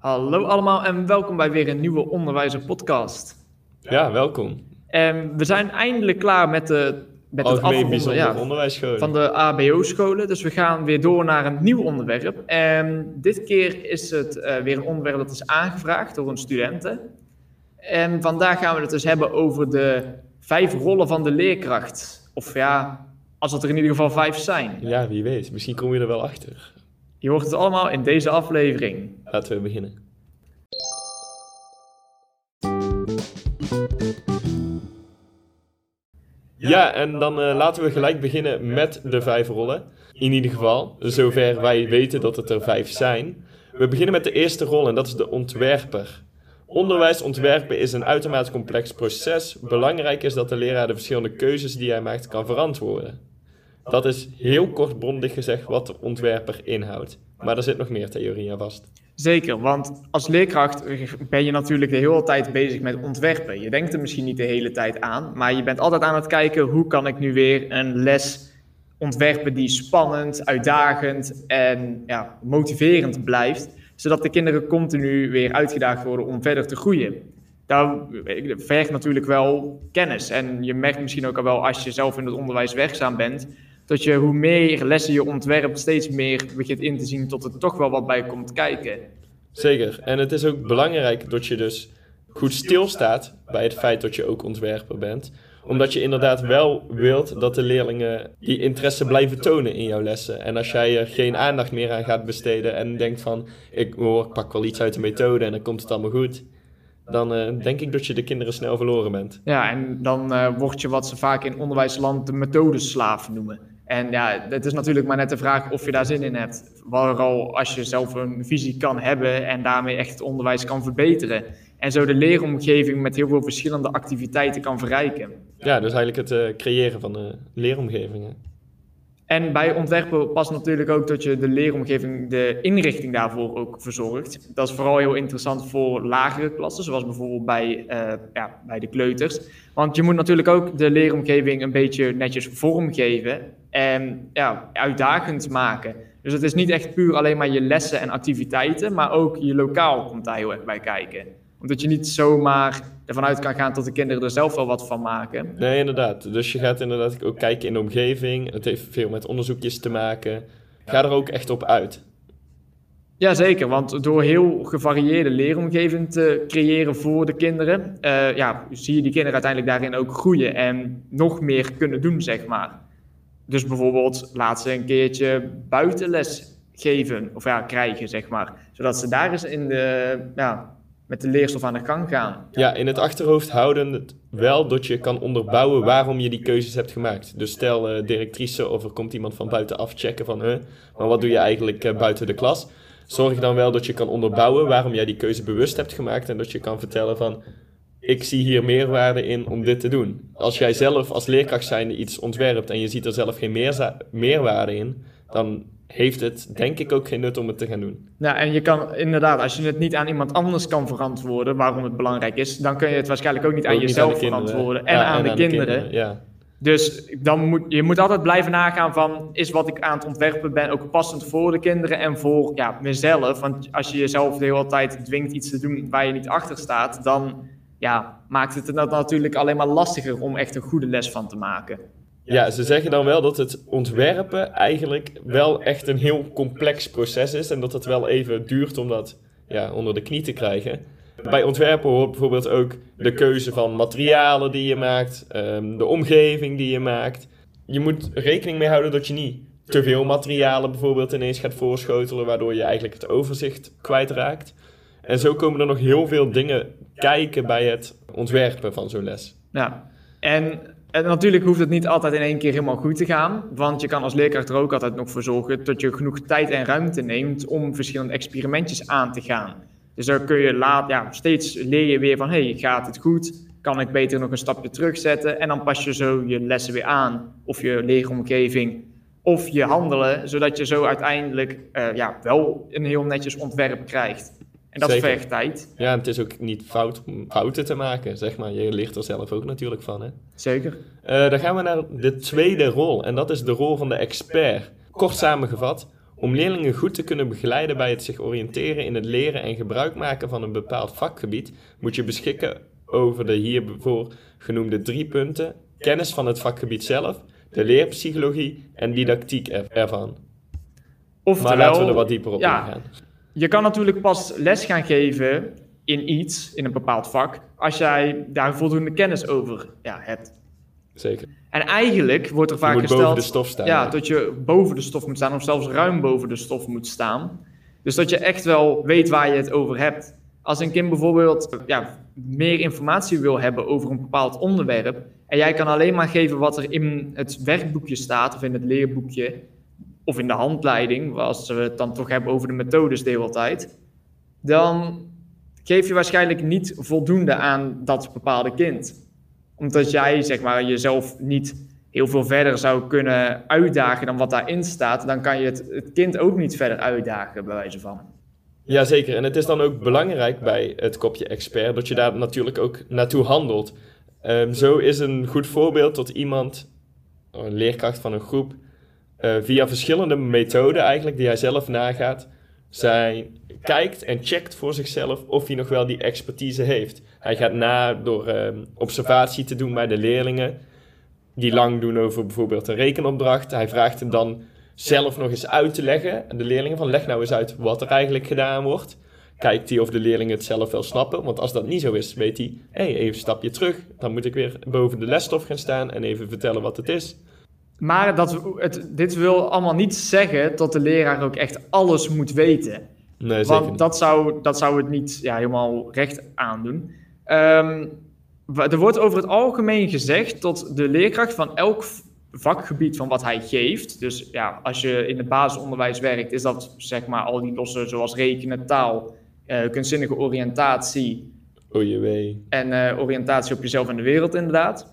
Hallo allemaal en welkom bij weer een nieuwe Onderwijzer podcast. Ja, welkom. We zijn eindelijk klaar met het Algemeen bijzonder afronden onderwijsscholen. van de ABO-scholen. Dus we gaan weer door naar een nieuw onderwerp. En dit keer is het weer een onderwerp dat is aangevraagd door een studenten. En vandaag gaan we het dus hebben over de 5 rollen van de leerkracht. Of ja, als het er in ieder geval 5 zijn. Ja, wie weet. Misschien kom je er wel achter. Je hoort het allemaal in deze aflevering. Laten we beginnen. Ja, en dan laten we gelijk beginnen met de 5 rollen. In ieder geval, zover wij weten dat het er 5 zijn. We beginnen met de eerste rol en dat is de ontwerper. Onderwijs ontwerpen is een uitermate complex proces. Belangrijk is dat de leraar de verschillende keuzes die hij maakt kan verantwoorden. Dat is heel kortbondig gezegd wat de ontwerper inhoudt. Maar er zit nog meer theorie aan vast. Zeker, want als leerkracht ben je natuurlijk de hele tijd bezig met ontwerpen. Je denkt er misschien niet de hele tijd aan, maar je bent altijd aan het kijken hoe kan ik nu weer een les ontwerpen die spannend, uitdagend en motiverend blijft, zodat de kinderen continu weer uitgedaagd worden om verder te groeien. Dat vergt natuurlijk wel kennis en je merkt misschien ook al wel als je zelf in het onderwijs werkzaam bent, dat je hoe meer lessen je ontwerpt, steeds meer begint in te zien tot er toch wel wat bij komt kijken. Zeker. En het is ook belangrijk dat je dus goed stilstaat bij het feit dat je ook ontwerper bent. Omdat je inderdaad wel wilt dat de leerlingen die interesse blijven tonen in jouw lessen. En als jij er geen aandacht meer aan gaat besteden en denkt van ik pak wel iets uit de methode en dan komt het allemaal goed. Dan denk ik dat je de kinderen snel verloren bent. Ja, en dan word je wat ze vaak in onderwijsland de methodeslaaf noemen. En ja, het is natuurlijk maar net de vraag of je daar zin in hebt. Vooral als je zelf een visie kan hebben en daarmee echt het onderwijs kan verbeteren. En zo de leeromgeving met heel veel verschillende activiteiten kan verrijken. Ja, dus eigenlijk het creëren van de leeromgevingen. En bij ontwerpen past natuurlijk ook dat je de leeromgeving, de inrichting daarvoor ook verzorgt. Dat is vooral heel interessant voor lagere klassen, zoals bijvoorbeeld bij de kleuters. Want je moet natuurlijk ook de leeromgeving een beetje netjes vormgeven en uitdagend maken. Dus het is niet echt puur alleen maar je lessen en activiteiten, maar ook je lokaal komt daar heel erg bij kijken. Omdat je niet zomaar ervan uit kan gaan dat de kinderen er zelf wel wat van maken. Nee, inderdaad. Dus je gaat inderdaad ook kijken in de omgeving. Het heeft veel met onderzoekjes te maken. Ga er ook echt op uit. Jazeker, want door heel gevarieerde leeromgeving te creëren voor de kinderen, zie je die kinderen uiteindelijk daarin ook groeien en nog meer kunnen doen, zeg maar. Dus bijvoorbeeld laat ze een keertje buitenles geven, of krijgen, zeg maar. Zodat ze daar eens met de leerstof aan de gang gaan. Ja, in het achterhoofd houden het wel dat je kan onderbouwen waarom je die keuzes hebt gemaakt. Dus stel directrice of er komt iemand van buitenaf checken van maar wat doe je eigenlijk buiten de klas? Zorg dan wel dat je kan onderbouwen waarom jij die keuze bewust hebt gemaakt en dat je kan vertellen van ik zie hier meerwaarde in om dit te doen. Als jij zelf als leerkracht zijnde iets ontwerpt en je ziet er zelf geen meerwaarde in, dan heeft het denk ik ook geen nut om het te gaan doen. Nou, en je kan inderdaad, als je het niet aan iemand anders kan verantwoorden waarom het belangrijk is, dan kun je het waarschijnlijk ook niet aan jezelf verantwoorden en aan de kinderen. Ja. Dus je moet altijd blijven nagaan van, is wat ik aan het ontwerpen ben ook passend voor de kinderen en voor mezelf? Want als je jezelf de hele tijd dwingt iets te doen waar je niet achter staat, dan maakt het natuurlijk alleen maar lastiger om echt een goede les van te maken. Ja, ze zeggen dan wel dat het ontwerpen eigenlijk wel echt een heel complex proces is en dat het wel even duurt om dat onder de knie te krijgen. Bij ontwerpen hoort bijvoorbeeld ook de keuze van materialen die je maakt, de omgeving die je maakt. Je moet rekening mee houden dat je niet te veel materialen bijvoorbeeld ineens gaat voorschotelen, waardoor je eigenlijk het overzicht kwijtraakt. En zo komen er nog heel veel dingen kijken bij het ontwerpen van zo'n les. Ja, en natuurlijk hoeft het niet altijd in één keer helemaal goed te gaan, want je kan als leerkracht er ook altijd nog voor zorgen dat je genoeg tijd en ruimte neemt om verschillende experimentjes aan te gaan. Dus dan kun je steeds leer je weer van, gaat het goed? Kan ik beter nog een stapje terugzetten? En dan pas je zo je lessen weer aan, of je leeromgeving, of je handelen, zodat je zo uiteindelijk wel een heel netjes ontwerp krijgt. En dat vergt tijd. Ja, en het is ook niet fout om fouten te maken, zeg maar. Je leert er zelf ook natuurlijk van, hè? Zeker. Dan gaan we naar de tweede rol, en dat is de rol van de expert. Kort samengevat, Om leerlingen goed te kunnen begeleiden bij het zich oriënteren in het leren en gebruik maken van een bepaald vakgebied, moet je beschikken over de hiervoor genoemde 3 punten: kennis van het vakgebied zelf, de leerpsychologie en didactiek ervan. Oftewel, maar laten we er wat dieper op ingaan. Je kan natuurlijk pas les gaan geven in iets, in een bepaald vak, als jij daar voldoende kennis over hebt. Zeker. En eigenlijk wordt er vaak gesteld boven de stof staan, dat je boven de stof moet staan of zelfs ruim boven de stof moet staan. Dus dat je echt wel weet waar je het over hebt. Als een kind bijvoorbeeld meer informatie wil hebben over een bepaald onderwerp en jij kan alleen maar geven wat er in het werkboekje staat of in het leerboekje of in de handleiding, als we het dan toch hebben over de methodes de hele tijd, dan geef je waarschijnlijk niet voldoende aan dat bepaalde kind. Omdat jij zeg maar jezelf niet heel veel verder zou kunnen uitdagen dan wat daarin staat, dan kan je het kind ook niet verder uitdagen, bij wijze van. Jazeker, en het is dan ook belangrijk bij het kopje expert dat je daar natuurlijk ook naartoe handelt. Zo is een goed voorbeeld dat iemand, een leerkracht van een groep, via verschillende methoden eigenlijk die hij zelf nagaat, kijkt en checkt voor zichzelf of hij nog wel die expertise heeft. Hij gaat na door observatie te doen bij de leerlingen die lang doen over bijvoorbeeld een rekenopdracht. Hij vraagt hem dan zelf nog eens uit te leggen aan de leerlingen van leg nou eens uit wat er eigenlijk gedaan wordt. Kijkt hij of de leerlingen het zelf wel snappen, want als dat niet zo is, weet hij, even een stapje terug, dan moet ik weer boven de lesstof gaan staan en even vertellen wat het is. Maar dit wil allemaal niet zeggen dat de leraar ook echt alles moet weten. Nee, want niet. Dat zou het niet helemaal recht aandoen. Er wordt over het algemeen gezegd dat de leerkracht van elk vakgebied van wat hij geeft, dus als je in het basisonderwijs werkt, is dat zeg maar al die losse zoals rekenen, taal, kunstzinnige oriëntatie en oriëntatie op jezelf en de wereld inderdaad.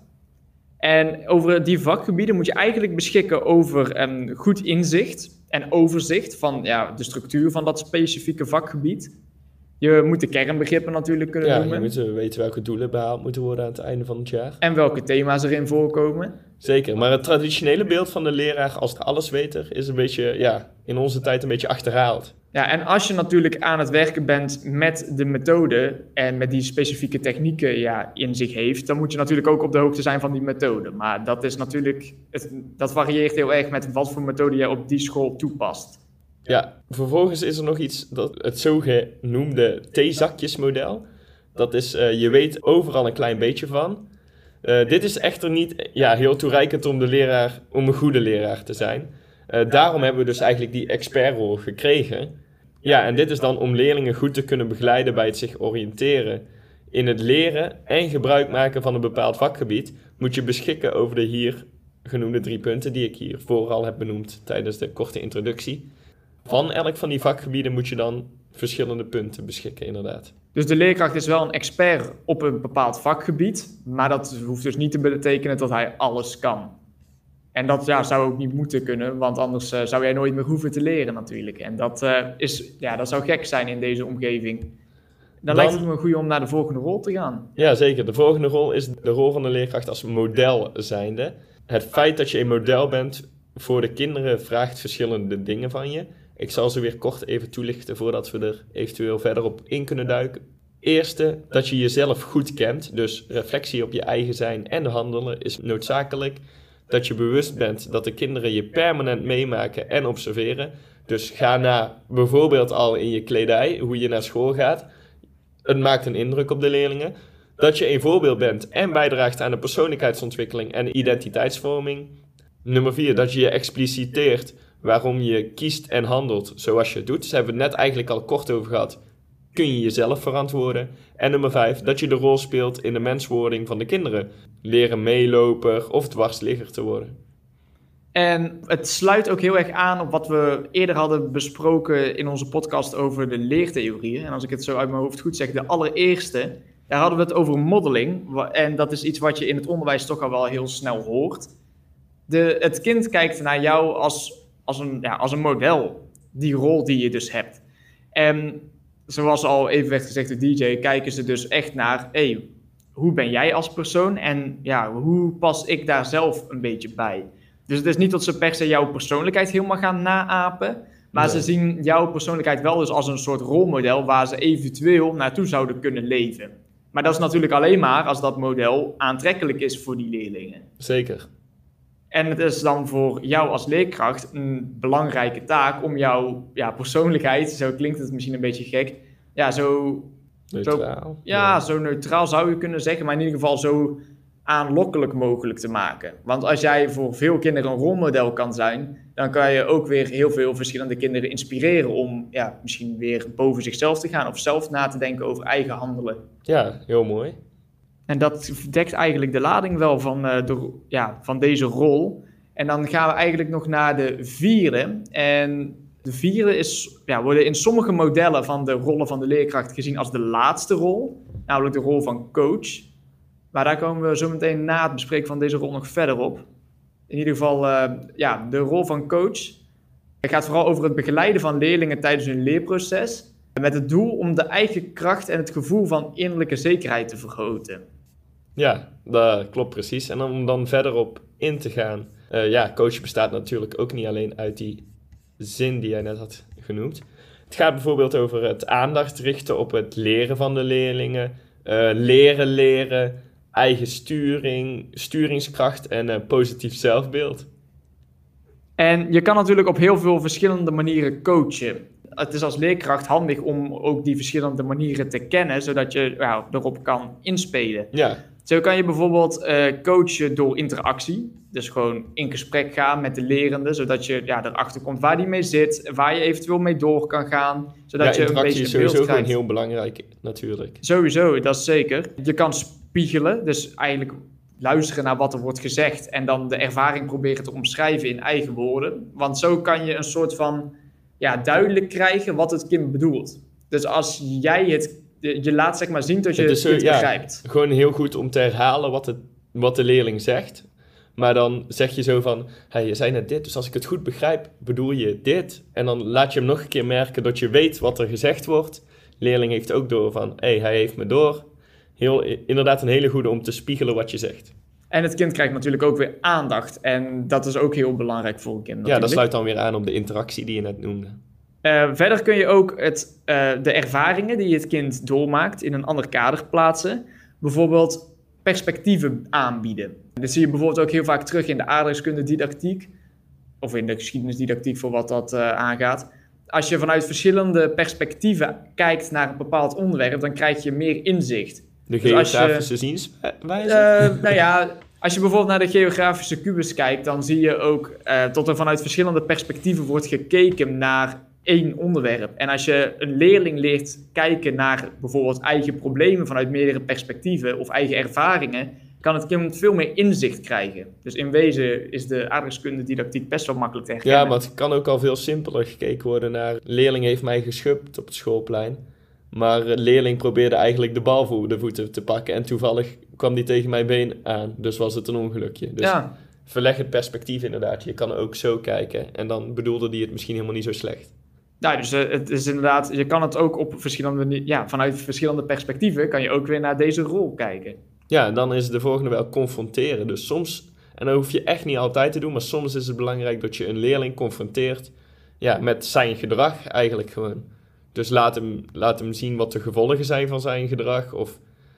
En over die vakgebieden moet je eigenlijk beschikken over goed inzicht en overzicht van de structuur van dat specifieke vakgebied. Je moet de kernbegrippen natuurlijk kunnen noemen. Je moet weten welke doelen behaald moeten worden aan het einde van het jaar. En welke thema's erin voorkomen. Zeker, maar het traditionele beeld van de leraar als de allesweter is een beetje, in onze tijd een beetje achterhaald. Ja, en als je natuurlijk aan het werken bent met de methode en met die specifieke technieken in zich heeft, dan moet je natuurlijk ook op de hoogte zijn van die methode. Maar dat is natuurlijk, dat varieert heel erg met wat voor methode je op die school toepast. Ja, vervolgens is er nog iets, het zogenoemde theezakjesmodel. Dat is, je weet overal een klein beetje van. Dit is echter niet heel toereikend om een goede leraar te zijn. Daarom hebben we dus eigenlijk die expertrol gekregen. Ja, en dit is dan om leerlingen goed te kunnen begeleiden bij het zich oriënteren in het leren en gebruik maken van een bepaald vakgebied, moet je beschikken over de hier genoemde 3 punten die ik hier vooral heb benoemd tijdens de korte introductie. Van elk van die vakgebieden moet je dan verschillende punten beschikken, inderdaad. Dus de leerkracht is wel een expert op een bepaald vakgebied, maar dat hoeft dus niet te betekenen dat hij alles kan. En dat zou ook niet moeten kunnen, want anders zou jij nooit meer hoeven te leren natuurlijk. En dat zou gek zijn in deze omgeving. Dan lijkt het me een goede om naar de volgende rol te gaan. Ja, zeker. De volgende rol is de rol van de leerkracht als model zijnde. Het feit dat je een model bent voor de kinderen vraagt verschillende dingen van je. Ik zal ze weer kort even toelichten voordat we er eventueel verder op in kunnen duiken. Eerste, dat je jezelf goed kent, dus reflectie op je eigen zijn en handelen is noodzakelijk. Dat je bewust bent dat de kinderen je permanent meemaken en observeren. Dus ga na bijvoorbeeld al in je kledij, hoe je naar school gaat. Het maakt een indruk op de leerlingen. Dat je een voorbeeld bent en bijdraagt aan de persoonlijkheidsontwikkeling en identiteitsvorming. Nummer 4, dat je je expliciteert waarom je kiest en handelt zoals je het doet. Daar hebben we het net eigenlijk al kort over gehad. Kun je jezelf verantwoorden. En nummer 5, dat je de rol speelt in de menswording van de kinderen. Leren meeloper of dwarsligger te worden. En het sluit ook heel erg aan op wat we eerder hadden besproken in onze podcast over de leertheorieën. En als ik het zo uit mijn hoofd goed zeg, de allereerste, daar hadden we het over modeling. En dat is iets wat je in het onderwijs toch al wel heel snel hoort. Het kind kijkt naar jou als een model, die rol die je dus hebt. En zoals al even werd gezegd door DJ, kijken ze dus echt naar, hoe ben jij als persoon en hoe pas ik daar zelf een beetje bij? Dus het is niet dat ze per se jouw persoonlijkheid helemaal gaan naapen, Maar Nee. ze zien jouw persoonlijkheid wel dus als een soort rolmodel waar ze eventueel naartoe zouden kunnen leven. Maar dat is natuurlijk alleen maar als dat model aantrekkelijk is voor die leerlingen. Zeker. En het is dan voor jou als leerkracht een belangrijke taak om jouw persoonlijkheid, zo klinkt het misschien een beetje gek, zo Neutraal. zo neutraal zou je kunnen zeggen, maar in ieder geval zo aanlokkelijk mogelijk te maken. Want als jij voor veel kinderen een rolmodel kan zijn, dan kan je ook weer heel veel verschillende kinderen inspireren om misschien weer boven zichzelf te gaan of zelf na te denken over eigen handelen. Ja, heel mooi. En dat dekt eigenlijk de lading wel van deze rol. En dan gaan we eigenlijk nog naar de vierde. En de vierde worden in sommige modellen van de rollen van de leerkracht gezien als de laatste rol. Namelijk de rol van coach. Maar daar komen we zo meteen na het bespreken van deze rol nog verder op. In ieder geval, de rol van coach. Het gaat vooral over het begeleiden van leerlingen tijdens hun leerproces. Met het doel om de eigen kracht en het gevoel van innerlijke zekerheid te vergroten. Ja, dat klopt precies. En om dan verder op in te gaan. Coach bestaat natuurlijk ook niet alleen uit die zin die jij net had genoemd. Het gaat bijvoorbeeld over het aandacht richten op het leren van de leerlingen. Leren, eigen sturing, sturingskracht en positief zelfbeeld. En je kan natuurlijk op heel veel verschillende manieren coachen. Het is als leerkracht handig om ook die verschillende manieren te kennen, zodat je erop kan inspelen. Ja. Zo kan je bijvoorbeeld coachen door interactie. Dus gewoon in gesprek gaan met de lerende, zodat je erachter komt waar die mee zit, waar je eventueel mee door kan gaan. Zodat je een beetje interactie is een beeld sowieso gewoon krijgt. heel belangrijk, natuurlijk. Sowieso, dat is zeker. Je kan spiegelen, dus eigenlijk luisteren naar wat er wordt gezegd en dan de ervaring proberen te omschrijven in eigen woorden. Want zo kan je een soort van duidelijk krijgen wat het kind bedoelt. Dus als jij je laat zeg maar zien dat je het kind begrijpt. Gewoon heel goed om te herhalen wat de leerling zegt. Maar dan zeg je zo van, je zei net dit, dus als ik het goed begrijp, bedoel je dit. En dan laat je hem nog een keer merken dat je weet wat er gezegd wordt. Leerling heeft ook door van, hij heeft me door. Inderdaad een hele goede om te spiegelen wat je zegt. En het kind krijgt natuurlijk ook weer aandacht. En dat is ook heel belangrijk voor een kind natuurlijk. Ja, dat sluit dan weer aan op de interactie die je net noemde. Verder kun je ook de ervaringen die het kind doormaakt in een ander kader plaatsen. Bijvoorbeeld perspectieven aanbieden. Dat zie je bijvoorbeeld ook heel vaak terug in de aardrijkskundedidactiek. Of in de geschiedenisdidactiek voor wat dat aangaat. Als je vanuit verschillende perspectieven kijkt naar een bepaald onderwerp, dan krijg je meer inzicht. De Dus als geografische zienswijze? Als je bijvoorbeeld naar de geografische kubus kijkt, dan zie je ook dat er vanuit verschillende perspectieven wordt gekeken naar één onderwerp. En als je een leerling leert kijken naar bijvoorbeeld eigen problemen vanuit meerdere perspectieven of eigen ervaringen, kan het kind veel meer inzicht krijgen. Dus in wezen is de aardrijkskundedidactiek best wel makkelijk te herkennen. Ja, maar het kan ook al veel simpeler gekeken worden naar, leerling heeft mij geschupt op het schoolplein. Maar de leerling probeerde eigenlijk de bal voor de voeten te pakken. En toevallig kwam die tegen mijn been aan. Dus was het een ongelukje. Dus verleg het perspectief inderdaad. Je kan ook zo kijken. En dan bedoelde die het misschien helemaal niet zo slecht. Ja, dus het is inderdaad, je kan het ook op vanuit verschillende perspectieven kan je ook weer naar deze rol kijken. Ja, dan is de volgende wel confronteren. Dus soms, en dat hoef je echt niet altijd te doen, maar soms is het belangrijk dat je een leerling confronteert met zijn gedrag eigenlijk gewoon. Dus laat hem zien wat de gevolgen zijn van zijn gedrag. Of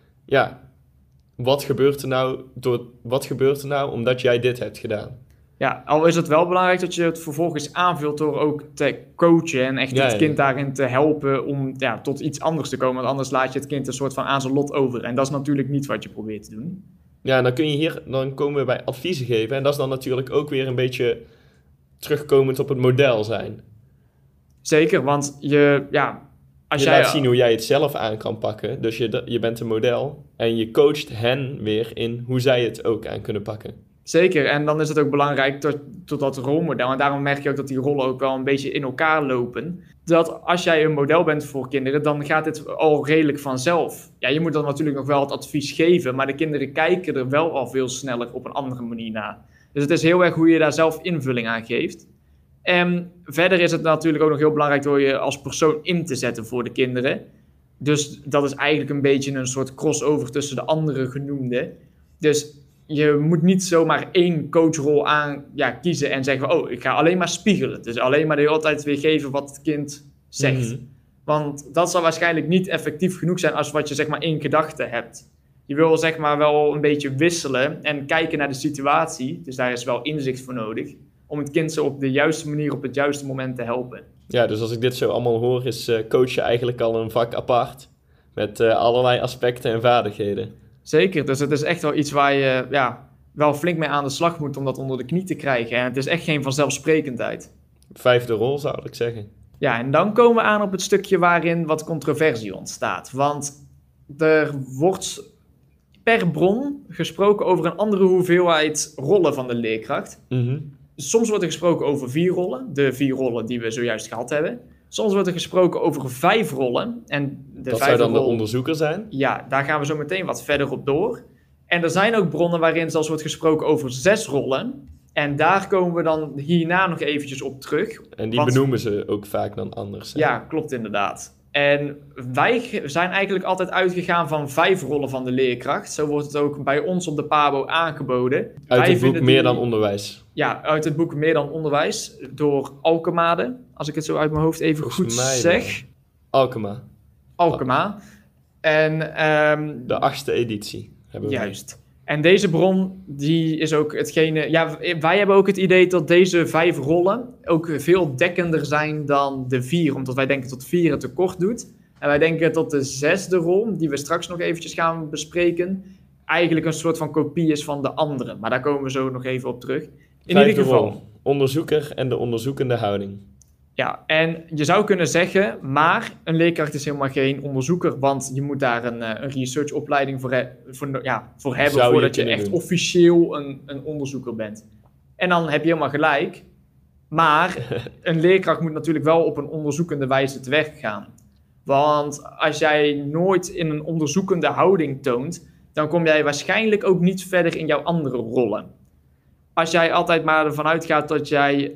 wat gebeurt er nou omdat jij dit hebt gedaan? Ja, al is het wel belangrijk dat je het vervolgens aanvult door ook te coachen en echt het kind daarin te helpen om tot iets anders te komen. Want anders laat je het kind een soort van aan zijn lot over. En dat is natuurlijk niet wat je probeert te doen. Ja, dan komen we bij adviezen geven. En dat is dan natuurlijk ook weer een beetje terugkomend op het model zijn. Zeker, want je laat zien hoe jij het zelf aan kan pakken. Dus je bent een model en je coacht hen weer in hoe zij het ook aan kunnen pakken. Zeker, en dan is het ook belangrijk tot dat rolmodel. En daarom merk je ook dat die rollen ook wel een beetje in elkaar lopen. Dat als jij een model bent voor kinderen, dan gaat dit al redelijk vanzelf. Ja, je moet dan natuurlijk nog wel het advies geven, maar de kinderen kijken er wel al veel sneller op een andere manier naar. Dus het is heel erg hoe je daar zelf invulling aan geeft. En verder is het natuurlijk ook nog heel belangrijk door je als persoon in te zetten voor de kinderen. Dus dat is eigenlijk een beetje een soort crossover tussen de andere genoemden. Dus je moet niet zomaar 1 coachrol kiezen en zeggen van, ik ga alleen maar spiegelen. Dus alleen maar de hele tijd weer geven wat het kind zegt. Want dat zal waarschijnlijk niet effectief genoeg zijn als wat je zeg maar in gedachten hebt. Je wil zeg maar wel een beetje wisselen en kijken naar de situatie. Dus daar is wel inzicht voor nodig. Om het kind zo op de juiste manier op het juiste moment te helpen. Ja, dus als ik dit zo allemaal hoor, is coachen eigenlijk al een vak apart. Met allerlei aspecten en vaardigheden. Zeker, dus het is echt wel iets waar je wel flink mee aan de slag moet om dat onder de knie te krijgen. En het is echt geen vanzelfsprekendheid. 5e rol zou ik zeggen. Ja, en dan komen we aan op het stukje waarin wat controversie ontstaat. Want er wordt per bron gesproken over een andere hoeveelheid rollen van de leerkracht. Soms wordt er gesproken over 4 rollen, de 4 rollen die we zojuist gehad hebben. Soms wordt er gesproken over 5 rollen. En dat zou dan de onderzoeker zijn? Ja, daar gaan we zo meteen wat verder op door. En er zijn ook bronnen waarin zelfs wordt gesproken over 6 rollen. En daar komen we dan hierna nog eventjes op terug. En die benoemen ze ook vaak dan anders. Hè? Ja, klopt inderdaad. En wij zijn eigenlijk altijd uitgegaan van 5 rollen van de leerkracht. Zo wordt het ook bij ons op de PABO aangeboden. Uit het boek Meer dan Onderwijs. Ja, uit het boek Meer dan Onderwijs door Alkemade. Als ik het zo uit mijn hoofd even goed zeg. Alkema. En, de 8e editie hebben we. Juist. En deze bron, die is ook hetgene... Ja, wij hebben ook het idee dat deze 5 rollen ook veel dekkender zijn dan de 4. Omdat wij denken dat 4 het tekort doet. En wij denken dat de 6e rol, die we straks nog eventjes gaan bespreken, eigenlijk een soort van kopie is van de andere. Maar daar komen we zo nog even op terug. In ieder geval. Rol. Onderzoeker en de onderzoekende houding. Ja, en je zou kunnen zeggen, maar een leerkracht is helemaal geen onderzoeker, want je moet daar een researchopleiding voor hebben voordat je echt officieel een onderzoeker bent. En dan heb je helemaal gelijk, maar een leerkracht moet natuurlijk wel op een onderzoekende wijze te werk gaan. Want als jij nooit in een onderzoekende houding toont, dan kom jij waarschijnlijk ook niet verder in jouw andere rollen. Als jij altijd maar ervan uitgaat dat jij...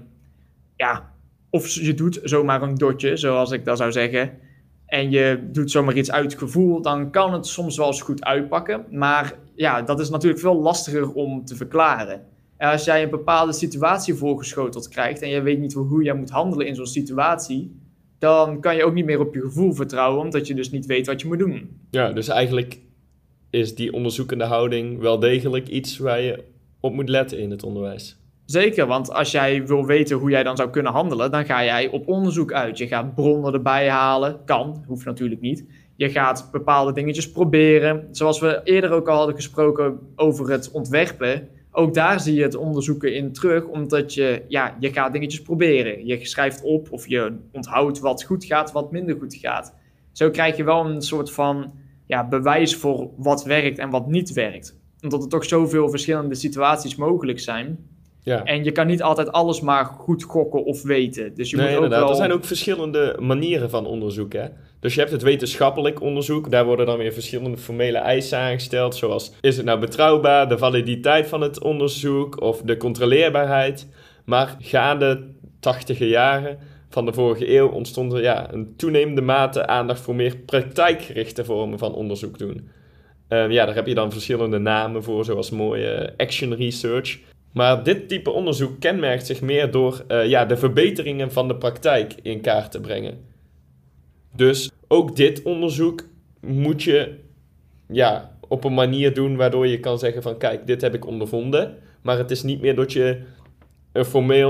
Of je doet zomaar een dotje, zoals ik dat zou zeggen. En je doet zomaar iets uit gevoel, dan kan het soms wel eens goed uitpakken. Maar ja, dat is natuurlijk veel lastiger om te verklaren. En als jij een bepaalde situatie voorgeschoteld krijgt en je weet niet hoe jij moet handelen in zo'n situatie, dan kan je ook niet meer op je gevoel vertrouwen, omdat je dus niet weet wat je moet doen. Ja, dus eigenlijk is die onderzoekende houding wel degelijk iets waar je op moet letten in het onderwijs. Zeker, want als jij wil weten hoe jij dan zou kunnen handelen, dan ga jij op onderzoek uit. Je gaat bronnen erbij halen. Kan, hoeft natuurlijk niet. Je gaat bepaalde dingetjes proberen. Zoals we eerder ook al hadden gesproken over het ontwerpen. Ook daar zie je het onderzoeken in terug, omdat je gaat dingetjes proberen. Je schrijft op of je onthoudt wat goed gaat, wat minder goed gaat. Zo krijg je wel een soort van bewijs voor wat werkt en wat niet werkt. Omdat er toch zoveel verschillende situaties mogelijk zijn. Ja. En je kan niet altijd alles maar goed gokken of weten. Dus je moet ook wel... Er zijn ook verschillende manieren van onderzoek. Hè? Dus je hebt het wetenschappelijk onderzoek. Daar worden dan weer verschillende formele eisen aangesteld. Zoals, is het nou betrouwbaar? De validiteit van het onderzoek of de controleerbaarheid. Maar gaande 80e jaren van de vorige eeuw ontstond er een toenemende mate aandacht voor meer praktijkgerichte vormen van onderzoek doen. Daar heb je dan verschillende namen voor, zoals mooie action research. Maar dit type onderzoek kenmerkt zich meer door de verbeteringen van de praktijk in kaart te brengen. Dus ook dit onderzoek moet je op een manier doen waardoor je kan zeggen van kijk, dit heb ik ondervonden. Maar het is niet meer dat je een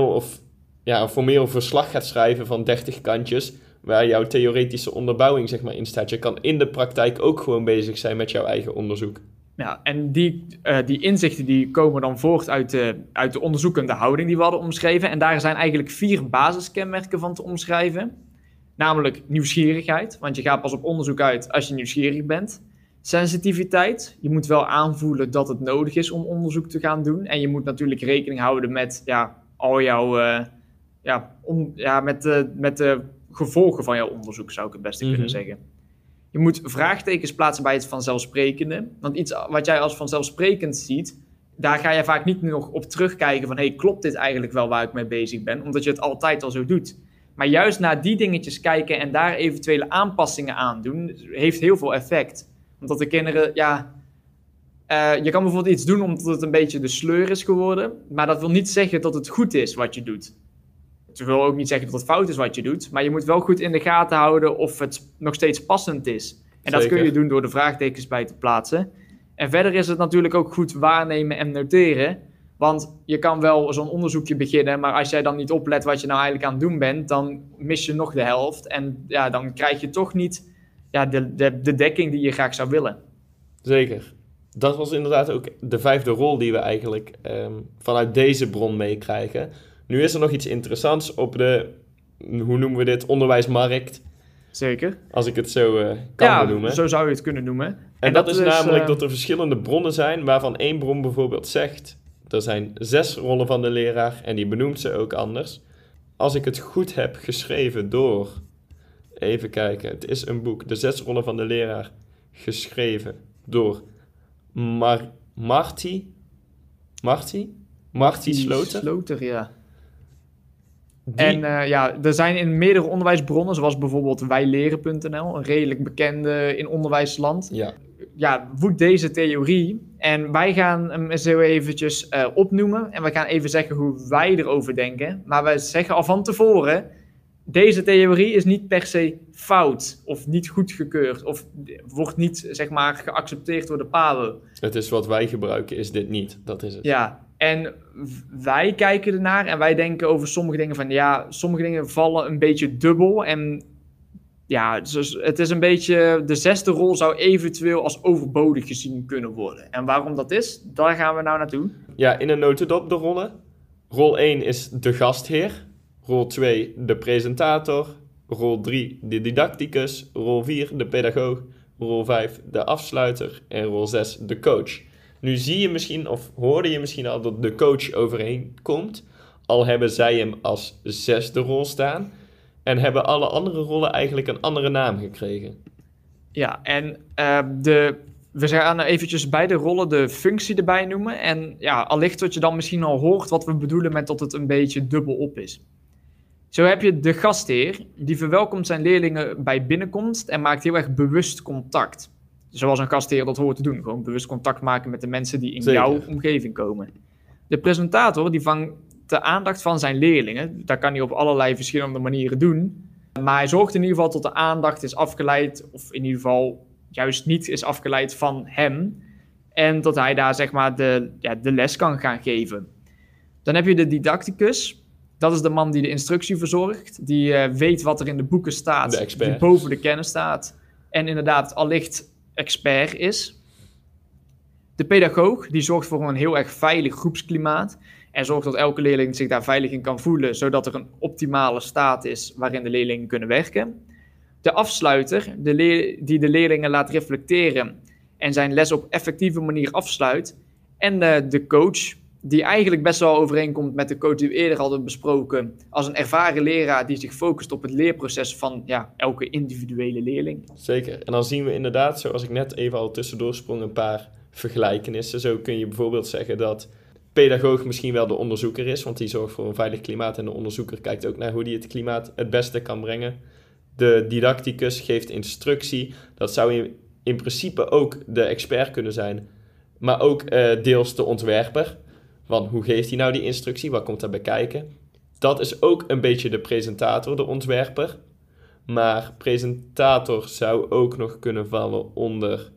formeel verslag gaat schrijven van 30 kantjes waar jouw theoretische onderbouwing zeg maar in staat. Je kan in de praktijk ook gewoon bezig zijn met jouw eigen onderzoek. Ja, en die inzichten die komen dan voort uit de onderzoekende houding die we hadden omschreven. En daar zijn eigenlijk 4 basiskenmerken van te omschrijven. Namelijk nieuwsgierigheid, want je gaat pas op onderzoek uit als je nieuwsgierig bent. Sensitiviteit, je moet wel aanvoelen dat het nodig is om onderzoek te gaan doen. En je moet natuurlijk rekening houden met al jouw met de gevolgen van jouw onderzoek, zou ik het beste kunnen zeggen. Je moet vraagtekens plaatsen bij het vanzelfsprekende. Want iets wat jij als vanzelfsprekend ziet, daar ga je vaak niet nog op terugkijken van klopt dit eigenlijk wel waar ik mee bezig ben? Omdat je het altijd al zo doet. Maar juist naar die dingetjes kijken en daar eventuele aanpassingen aan doen, heeft heel veel effect. Omdat de kinderen Je kan bijvoorbeeld iets doen omdat het een beetje de sleur is geworden. Maar dat wil niet zeggen dat het goed is wat je doet. Het wil ook niet zeggen dat het fout is wat je doet. Maar je moet wel goed in de gaten houden of het nog steeds passend is. En dat kun je doen door de vraagtekens bij te plaatsen. En verder is het natuurlijk ook goed waarnemen en noteren. Want je kan wel zo'n onderzoekje beginnen, maar als jij dan niet oplet wat je nou eigenlijk aan het doen bent, dan mis je nog de helft. En ja, dan krijg je toch niet de dekking die je graag zou willen. Zeker. Dat was inderdaad ook de 5e rol die we eigenlijk vanuit deze bron meekrijgen. Nu is er nog iets interessants op de, hoe noemen we dit, onderwijsmarkt. Zeker. Als ik het zo kan benoemen. Ja, zo zou je het kunnen noemen. En dat is namelijk dat er verschillende bronnen zijn, waarvan één bron bijvoorbeeld zegt, er zijn 6 rollen van de leraar en die benoemt ze ook anders. Als ik het goed heb geschreven door, even kijken, het is een boek, de 6 rollen van de leraar, geschreven door Marty Sloter. Sloter, ja. En er zijn in meerdere onderwijsbronnen, zoals bijvoorbeeld wijleren.nl, een redelijk bekende in onderwijsland. Ja, woedt deze theorie. En wij gaan hem eens heel eventjes opnoemen. En we gaan even zeggen hoe wij erover denken. Maar we zeggen al van tevoren, deze theorie is niet per se fout of niet goedgekeurd of wordt niet, zeg maar, geaccepteerd door de PABO. Het is wat wij gebruiken, is dit niet. Dat is het. Ja, en wij kijken ernaar en wij denken over sommige dingen van, ja, sommige dingen vallen een beetje dubbel. En ja, dus het is een beetje, de 6e rol zou eventueel als overbodig gezien kunnen worden. En waarom dat is, daar gaan we nou naartoe. Ja, in een notendop de rollen. Rol 1 is de gastheer. Rol 2 de presentator. Rol 3 de didacticus. Rol 4 de pedagoog. Rol 5 de afsluiter. En rol 6 de coach. Nu zie je misschien, of hoorde je misschien al dat de coach overheen komt. Al hebben zij hem als 6e rol staan. En hebben alle andere rollen eigenlijk een andere naam gekregen. Ja, en we gaan eventjes bij de rollen de functie erbij noemen. En ja, allicht dat je dan misschien al hoort wat we bedoelen met dat het een beetje dubbel op is. Zo heb je de gastheer, die verwelkomt zijn leerlingen bij binnenkomst en maakt heel erg bewust contact. Zoals een gastheer dat hoort te doen. Gewoon bewust contact maken met de mensen die in jouw omgeving komen. De presentator, die vangt de aandacht van zijn leerlingen. Dat kan hij op allerlei verschillende manieren doen. Maar hij zorgt in ieder geval dat de aandacht is afgeleid, of in ieder geval juist niet is afgeleid van hem. En dat hij daar, zeg maar, de les kan gaan geven. Dan heb je de didacticus. Dat is de man die de instructie verzorgt. Die weet wat er in de boeken staat. Die boven de kennis staat. En inderdaad allicht expert is. De pedagoog, die zorgt voor een heel erg veilig groepsklimaat. En zorgt dat elke leerling zich daar veilig in kan voelen. Zodat er een optimale staat is waarin de leerlingen kunnen werken. De afsluiter, die de leerlingen laat reflecteren. En zijn les op effectieve manier afsluit. En de coach, die eigenlijk best wel overeenkomt met de coach die we eerder hadden besproken. Als een ervaren leraar die zich focust op het leerproces van elke individuele leerling. Zeker. En dan zien we inderdaad, zoals ik net even al tussendoor sprong, een paar vergelijkenissen. Zo kun je bijvoorbeeld zeggen dat pedagoog misschien wel de onderzoeker is, want die zorgt voor een veilig klimaat. En de onderzoeker kijkt ook naar hoe die het klimaat het beste kan brengen. De didacticus geeft instructie. Dat zou in principe ook de expert kunnen zijn, maar ook deels de ontwerper. Want hoe geeft hij nou die instructie? Wat komt daarbij kijken? Dat is ook een beetje de presentator, de ontwerper. Maar presentator zou ook nog kunnen vallen onder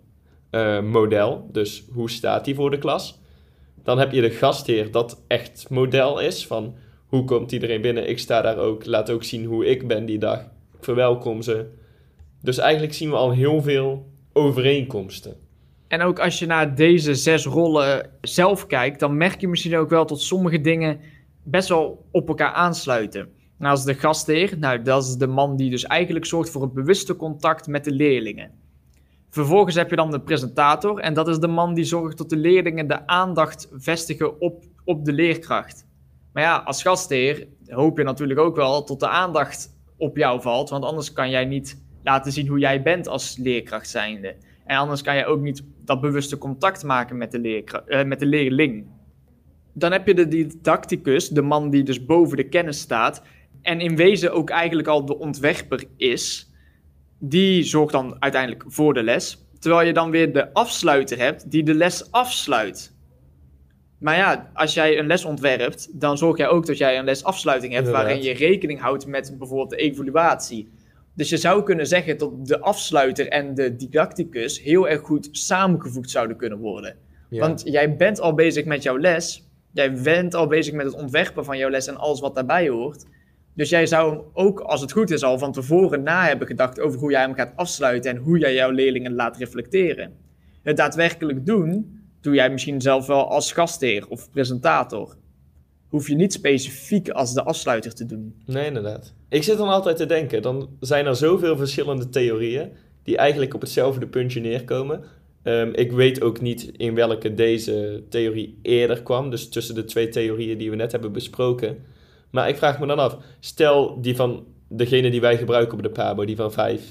model. Dus hoe staat hij voor de klas? Dan heb je de gastheer, dat echt model is. Van hoe komt iedereen binnen? Ik sta daar ook. Laat ook zien hoe ik ben die dag. Verwelkom ze. Dus eigenlijk zien we al heel veel overeenkomsten. En ook als je naar deze 6 rollen zelf kijkt, dan merk je misschien ook wel dat sommige dingen best wel op elkaar aansluiten. Nou, als de gastheer, dat is de man die dus eigenlijk zorgt voor het bewuste contact met de leerlingen. Vervolgens heb je dan de presentator en dat is de man die zorgt dat de leerlingen de aandacht vestigen op de leerkracht. Maar ja, als gastheer hoop je natuurlijk ook wel dat de aandacht op jou valt, want anders kan jij niet laten zien hoe jij bent als leerkracht zijnde. En anders kan je ook niet dat bewuste contact maken met de leerling. Dan heb je de didacticus, de man die dus boven de kennis staat. En in wezen ook eigenlijk al de ontwerper is. Die zorgt dan uiteindelijk voor de les. Terwijl je dan weer de afsluiter hebt die de les afsluit. Maar ja, als jij een les ontwerpt, dan zorg jij ook dat jij een lesafsluiting hebt Inderdaad. waarin je rekening houdt met bijvoorbeeld de evaluatie. Dus je zou kunnen zeggen dat de afsluiter en de didacticus heel erg goed samengevoegd zouden kunnen worden. Ja. Want jij bent al bezig met jouw les, jij bent al bezig met het ontwerpen van jouw les en alles wat daarbij hoort. Dus jij zou hem ook, als het goed is, al van tevoren na hebben gedacht over hoe jij hem gaat afsluiten en hoe jij jouw leerlingen laat reflecteren. Het daadwerkelijk doen, doe jij misschien zelf wel als gastheer of presentator. Hoef je niet specifiek als de afsluiter te doen. Nee, inderdaad. Ik zit dan altijd te denken, dan zijn er zoveel verschillende theorieën die eigenlijk op hetzelfde puntje neerkomen. Ik weet ook niet in welke deze theorie eerder kwam, dus tussen de 2 theorieën die we net hebben besproken. Maar ik vraag me dan af, stel die van degene die wij gebruiken op de PABO, die van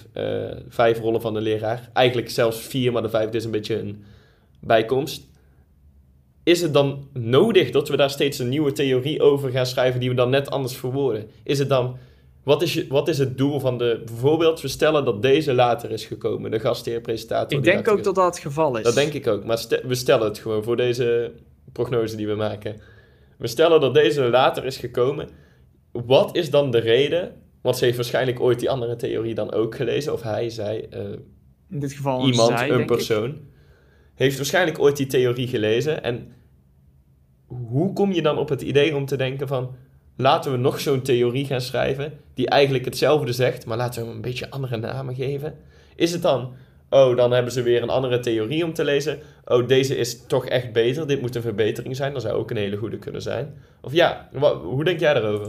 5 rollen van de leraar, eigenlijk zelfs 4, maar de 5e is een beetje een bijkomst. Is het dan nodig dat we daar steeds een nieuwe theorie over gaan schrijven die we dan net anders verwoorden? Is het dan, wat is het doel van bijvoorbeeld, we stellen dat deze later is gekomen, de gastheer, presentator. Ik denk ook dat dat het geval is. Dat denk ik ook, maar we stellen het gewoon voor deze prognose die we maken. We stellen dat deze later is gekomen. Wat is dan de reden? Want ze heeft waarschijnlijk ooit die andere theorie dan ook gelezen, of hij, zij, in dit geval iemand, zij, een persoon. Heeft waarschijnlijk ooit die theorie gelezen. En hoe kom je dan op het idee om te denken van, laten we nog zo'n theorie gaan schrijven die eigenlijk hetzelfde zegt, maar laten we hem een beetje andere namen geven? Is het dan, oh, dan hebben ze weer een andere theorie om te lezen. Oh, deze is toch echt beter, dit moet een verbetering zijn. Dat zou ook een hele goede kunnen zijn. Of ja, hoe denk jij daarover?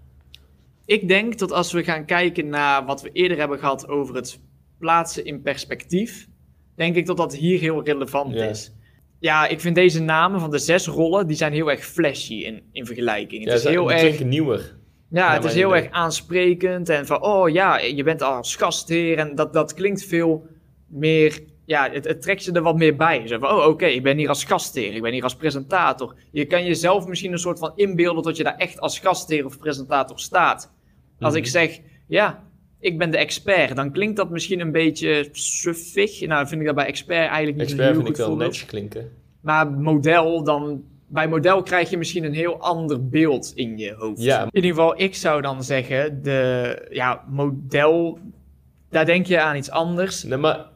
Ik denk dat als we gaan kijken naar wat we eerder hebben gehad over het plaatsen in perspectief, denk ik dat dat hier heel relevant is. Ja, ik vind deze namen van de 6 rollen, die zijn heel erg flashy in vergelijking. Het is heel erg nieuwer. Ja, het is heel erg aansprekend en van, oh ja, je bent als gastheer en dat klinkt veel meer, ja, het trekt je er wat meer bij. Zo van, oh oké, ik ben hier als gastheer, ik ben hier als presentator. Je kan jezelf misschien een soort van inbeelden dat je daar echt als gastheer of presentator staat. Als ik zeg, ja, ik ben de expert, dan klinkt dat misschien een beetje suffig. Nou, vind ik dat bij expert eigenlijk niet expert heel vind goed ik wel voorbeeld. netjes klinken. Maar model, bij model krijg je misschien een heel ander beeld in je hoofd. Ja. In ieder geval, ik zou dan zeggen, model, daar denk je aan iets anders. Nee, maar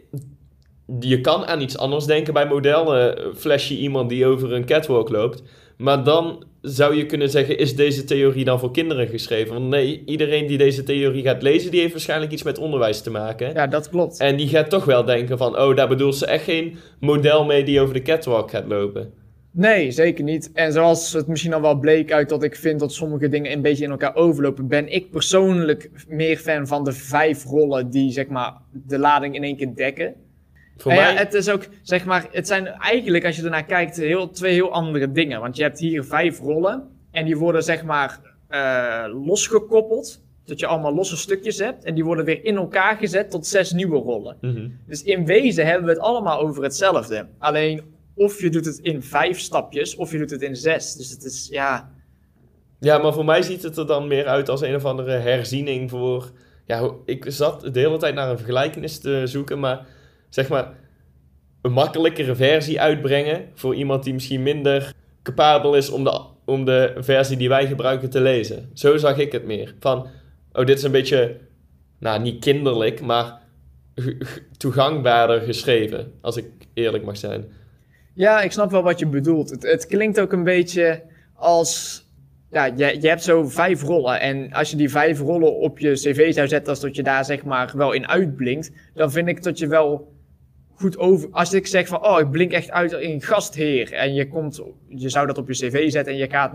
je kan aan iets anders denken bij model. Flash je iemand die over een catwalk loopt. Maar dan zou je kunnen zeggen, is deze theorie dan voor kinderen geschreven? Want nee, iedereen die deze theorie gaat lezen, die heeft waarschijnlijk iets met onderwijs te maken. Ja, dat klopt. En die gaat toch wel denken van, oh, daar bedoelt ze echt geen model mee die over de catwalk gaat lopen. Nee, zeker niet. En zoals het misschien al wel bleek uit dat ik vind dat sommige dingen een beetje in elkaar overlopen, ben ik persoonlijk meer fan van de 5 rollen die, zeg maar, de lading in één keer dekken. Voor mij... Ja, het is ook, zeg maar, het zijn eigenlijk, als je ernaar kijkt, 2 heel andere dingen. Want je hebt hier 5 rollen en die worden, zeg maar, losgekoppeld. Dat je allemaal losse stukjes hebt en die worden weer in elkaar gezet tot 6 nieuwe rollen. Mm-hmm. Dus in wezen hebben we het allemaal over hetzelfde. Alleen, of je doet het in 5 stapjes, of je doet het in 6. Dus het is, ja... Ja, maar voor mij ziet het er dan meer uit als een of andere herziening voor... Ja, ik zat de hele tijd naar een vergelijkenis te zoeken, maar zeg maar een makkelijkere versie uitbrengen voor iemand die misschien minder capabel is om de versie die wij gebruiken te lezen. Zo zag ik het meer. Van, oh, dit is een beetje, nou, niet kinderlijk, maar toegangbaarder geschreven, als ik eerlijk mag zijn. Ja, ik snap wel wat je bedoelt. Het klinkt ook een beetje als... Ja, je hebt zo 5 rollen en als je die 5 rollen op je cv zou zetten, als dat je daar, zeg maar, wel in uitblinkt, dan vind ik dat je wel goed over... Als ik zeg van, oh, ik blink echt uit in gastheer en je zou dat op je cv zetten en je gaat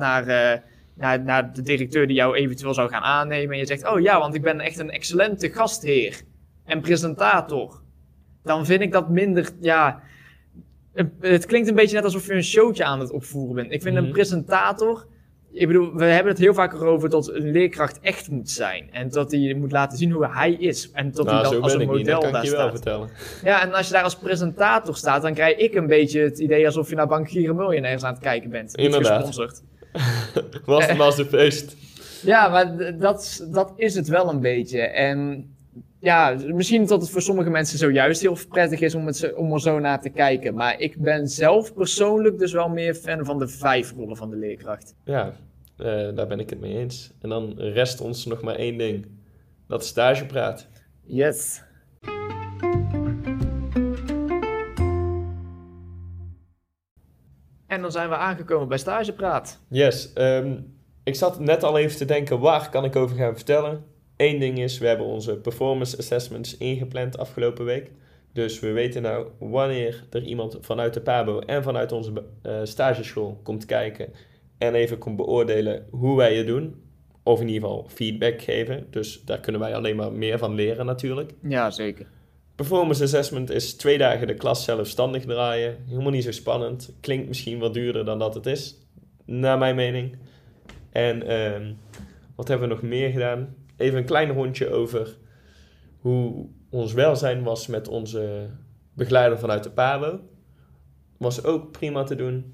naar de directeur die jou eventueel zou gaan aannemen en je zegt, oh ja, want ik ben echt een excellente gastheer en presentator. Dan vind ik dat minder, ja... Het klinkt een beetje net alsof je een showtje aan het opvoeren bent. Ik vind een presentator... Ik bedoel, we hebben het heel vaak erover dat een leerkracht echt moet zijn. En dat hij moet laten zien hoe hij is. En dat hij dan als een model daar staat. Wel vertellen. Ja, en als je daar als presentator staat, dan krijg ik een beetje het idee alsof je naar Bank Giro Millionaires aan het kijken bent. Inderdaad. Niet gesponsord. Was het feest. Ja, maar dat is het wel een beetje. En ja, misschien dat het voor sommige mensen zojuist heel prettig is om er zo naar te kijken. Maar ik ben zelf persoonlijk dus wel meer fan van de 5 rollen van de leerkracht. Ja, daar ben ik het mee eens. En dan rest ons nog maar één ding. Dat is stagepraat. Yes. En dan zijn we aangekomen bij stagepraat. Yes, ik zat net al even te denken, waar kan ik over gaan vertellen? Eén ding is, we hebben onze performance assessments ingepland afgelopen week. Dus we weten nou wanneer er iemand vanuit de PABO en vanuit onze stageschool komt kijken en even komt beoordelen hoe wij het doen. Of in ieder geval feedback geven. Dus daar kunnen wij alleen maar meer van leren natuurlijk. Ja, zeker. Performance assessment is 2 dagen de klas zelfstandig draaien. Helemaal niet zo spannend. Klinkt misschien wat duurder dan dat het is, naar mijn mening. En wat hebben we nog meer gedaan? Even een klein rondje over hoe ons welzijn was met onze begeleider vanuit de PABO. Was ook prima te doen.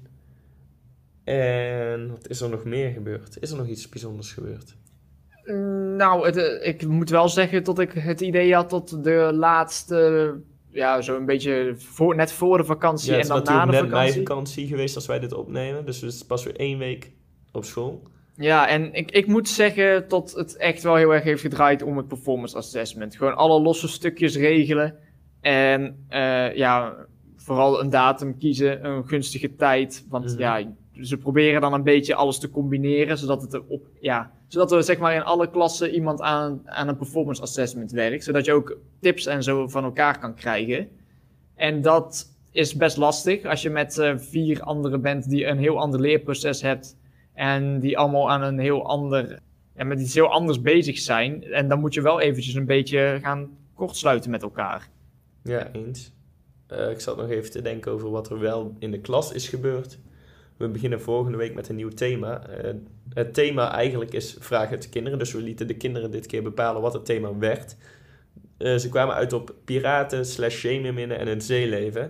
En wat is er nog meer gebeurd? Is er nog iets bijzonders gebeurd? Nou, ik moet wel zeggen dat ik het idee had tot de laatste, ja, zo een beetje net voor de vakantie Ja, en dan na de het is natuurlijk net vakantie. meivakantie geweest als wij dit opnemen. Dus het is pas weer 1 week op school. Ja, en ik moet zeggen dat het echt wel heel erg heeft gedraaid om het performance assessment. Gewoon alle losse stukjes regelen en ja, vooral een datum kiezen, een gunstige tijd. Want ja, ze proberen dan een beetje alles te combineren, zodat er zeg maar in alle klassen iemand aan een performance assessment werkt. Zodat je ook tips en zo van elkaar kan krijgen. En dat is best lastig als je met 4 anderen bent die een heel ander leerproces hebt. En die allemaal aan een heel ander, met iets heel anders bezig zijn. En dan moet je wel eventjes een beetje gaan kortsluiten met elkaar. Ja, eens. Ik zat nog even te denken over wat er wel in de klas is gebeurd. We beginnen volgende week met een nieuw thema. Het thema eigenlijk is vraag het de kinderen. Dus we lieten de kinderen dit keer bepalen wat het thema werd. Ze kwamen uit op piraten, /zeemeerminnen en het zeeleven.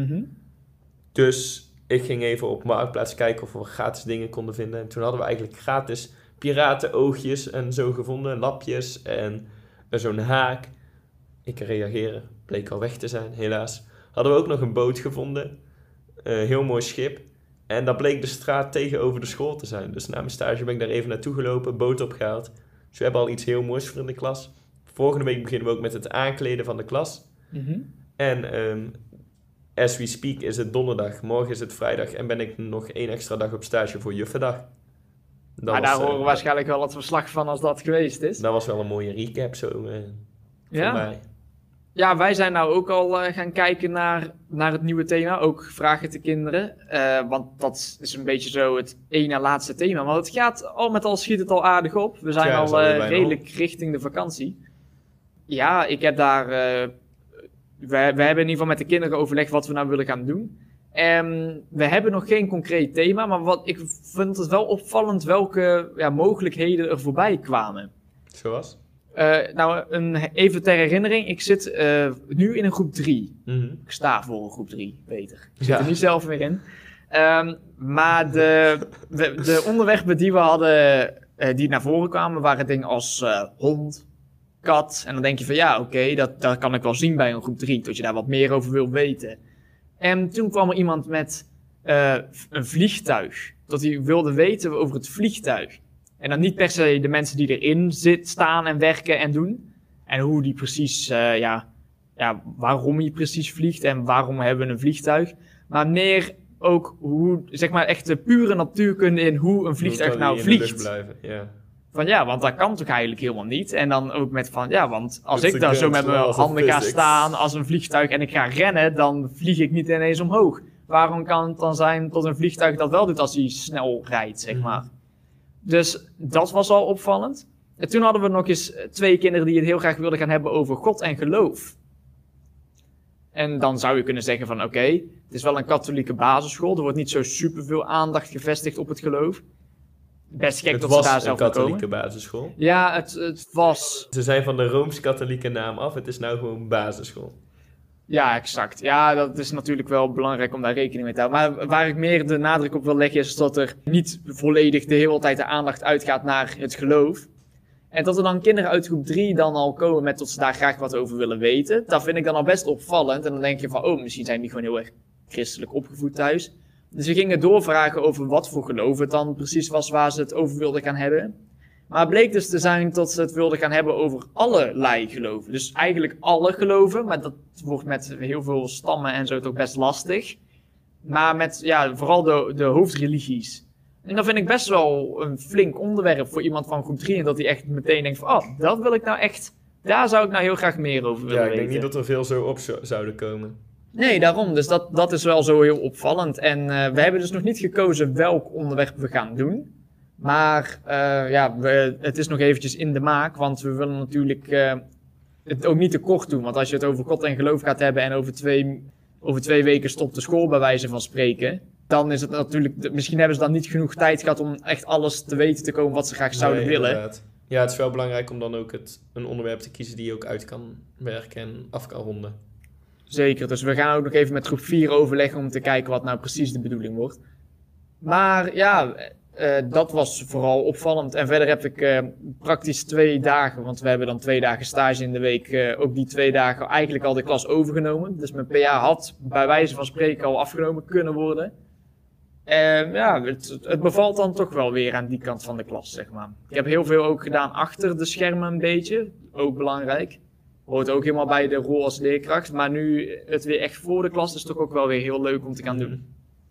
Dus ik ging even op Marktplaats kijken of we gratis dingen konden vinden. En toen hadden we eigenlijk gratis piratenoogjes en zo gevonden. Lapjes en zo'n haak. Ik reageren. Bleek al weg te zijn, helaas. Hadden we ook nog een boot gevonden. Heel mooi schip. En dat bleek de straat tegenover de school te zijn. Dus na mijn stage ben ik daar even naartoe gelopen, boot opgehaald. Dus we hebben al iets heel moois voor in de klas. Volgende week beginnen we ook met het aankleden van de klas. En as we speak is het donderdag, morgen is het vrijdag en ben ik nog 1 extra dag op stage voor Juffendag. Maar daar horen we waarschijnlijk wel het verslag van als dat geweest is. Dat was wel een mooie recap zo voor mij. Ja, wij zijn nou ook al gaan kijken naar het nieuwe thema, ook vragen te kinderen. Want dat is een beetje zo het één na laatste thema. Maar het gaat al met al, schiet het al aardig op. We zijn al redelijk richting de vakantie. Ja, ik heb daar... we hebben in ieder geval met de kinderen overlegd wat we nou willen gaan doen. We hebben nog geen concreet thema, maar ik vind het wel opvallend welke mogelijkheden er voorbij kwamen. Zoals? Even ter herinnering, ik zit nu in een groep 3. Ik sta voor een groep 3, beter. Ik zit er niet zelf meer in. Maar de onderwerpen die we hadden, die naar voren kwamen, waren dingen als hond, kat. En dan denk je van ja, oké, dat kan ik wel zien bij een groep 3, dat je daar wat meer over wil weten. En toen kwam er iemand met een vliegtuig. Dat hij wilde weten over het vliegtuig. En dan niet per se de mensen die erin staan en werken en doen. En hoe die precies, waarom hij precies vliegt en waarom hebben we een vliegtuig. Maar meer ook hoe, zeg maar, echt de pure natuurkunde in hoe een vliegtuig nou vliegt. Want dat kan toch eigenlijk helemaal niet. En dan ook met want als ik daar zo met mijn handen ga staan als een vliegtuig en ik ga rennen, dan vlieg ik niet ineens omhoog. Waarom kan het dan zijn tot een vliegtuig dat wel doet als hij snel rijdt, zeg maar. Dus dat was al opvallend. En toen hadden we nog eens 2 kinderen die het heel graag wilden gaan hebben over God en geloof. En dan zou je kunnen zeggen van oké, het is wel een katholieke basisschool. Er wordt niet zo superveel aandacht gevestigd op het geloof. Best gek dat ze daar zelf komen. Het was een katholieke basisschool. Ja, het was... Ze zijn van de Rooms-katholieke naam af. Het is nou gewoon basisschool. Ja, exact. Ja, dat is natuurlijk wel belangrijk om daar rekening mee te houden. Maar waar ik meer de nadruk op wil leggen is dat er niet volledig de hele tijd de aandacht uitgaat naar het geloof. En dat er dan kinderen uit groep 3 dan al komen met dat ze daar graag wat over willen weten. Dat vind ik dan al best opvallend. En dan denk je van, oh, misschien zijn die gewoon heel erg christelijk opgevoed thuis. Dus we gingen doorvragen over wat voor geloof het dan precies was waar ze het over wilden gaan hebben. Maar het bleek dus te zijn dat ze het wilden gaan hebben over allerlei geloven. Dus eigenlijk alle geloven, maar dat wordt met heel veel stammen en zo toch best lastig. Maar met vooral de hoofdreligies. En dat vind ik best wel een flink onderwerp voor iemand van groep 3. En dat hij echt meteen denkt van, oh, dat wil ik nou echt, daar zou ik nou heel graag meer over willen weten. Ja, ik denk niet dat er veel zo op zouden komen. Nee, daarom. Dus dat is wel zo heel opvallend. En we hebben dus nog niet gekozen welk onderwerp we gaan doen. Maar het is nog eventjes in de maak, want we willen natuurlijk het ook niet te kort doen. Want als je het over God en geloof gaat hebben en over twee weken stopt de school bij wijze van spreken, dan is het natuurlijk, misschien hebben ze dan niet genoeg tijd gehad om echt alles te weten te komen wat ze graag zouden willen. Inderdaad. Ja, het is wel belangrijk om dan ook een onderwerp te kiezen die je ook uit kan werken en af kan ronden. Zeker, dus we gaan ook nog even met groep 4 overleggen om te kijken wat nou precies de bedoeling wordt. Maar ja, dat was vooral opvallend. En verder heb ik praktisch 2 dagen, want we hebben dan 2 dagen stage in de week, ook die 2 dagen eigenlijk al de klas overgenomen. Dus mijn PA had bij wijze van spreken al afgenomen kunnen worden. Het bevalt dan toch wel weer aan die kant van de klas, zeg maar. Ik heb heel veel ook gedaan achter de schermen een beetje, ook belangrijk. Hoort ook helemaal bij de rol als leerkracht. Maar nu het weer echt voor de klas is toch ook wel weer heel leuk om te gaan doen.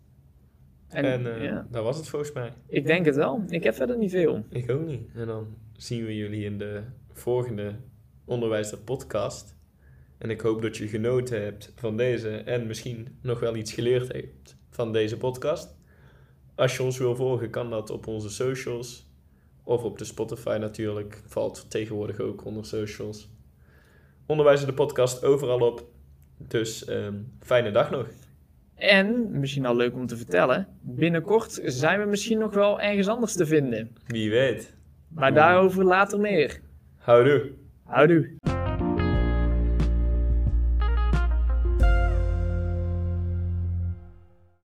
Dat was het volgens mij. Ik denk het wel. Ik heb verder niet veel. Ik ook niet. En dan zien we jullie in de volgende Onderwijzer podcast. En ik hoop dat je genoten hebt van deze en misschien nog wel iets geleerd hebt van deze podcast. Als je ons wil volgen, kan dat op onze socials. Of op de Spotify natuurlijk. Valt tegenwoordig ook onder socials. Onderwijzer de podcast overal op. Dus fijne dag nog. En, misschien al leuk om te vertellen, binnenkort zijn we misschien nog wel ergens anders te vinden. Wie weet. Maar daarover later meer. Houdoe. Houdoe.